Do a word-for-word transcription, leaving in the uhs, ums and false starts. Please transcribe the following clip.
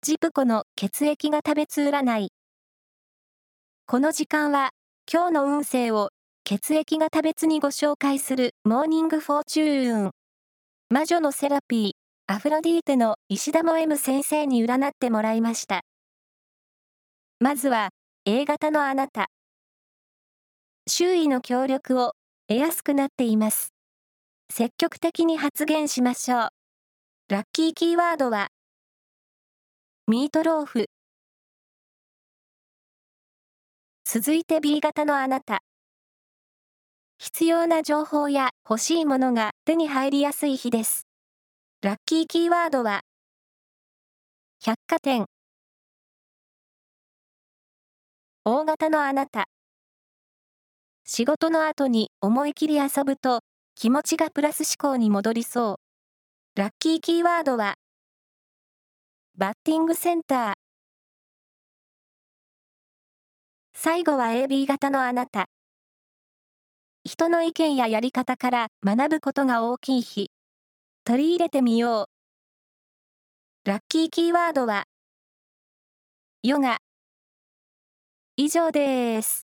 ジプコの血液が食べつ占い。この時間は、今日の運勢を血液が食べつにご紹介するモーニングフォーチューン。魔女のセラピー、アフロディーテの石田も M 先生に占ってもらいました。まずは、A 型のあなた。周囲の協力を得やすくなっています。積極的に発言しましょう。ラッキーキーワードは、ミートローフ。続いて B 型のあなた。必要な情報や欲しいものが手に入りやすい日です。ラッキーキーワードは、百貨店。O 型のあなた。仕事の後に思い切り遊ぶと気持ちがプラス思考に戻りそう。ラッキーキーワードは、バッティングセンター。最後は エービー 型のあなた。人の意見ややり方から学ぶことが大きい日。取り入れてみよう。ラッキーキーワードは、ヨガ。以上です。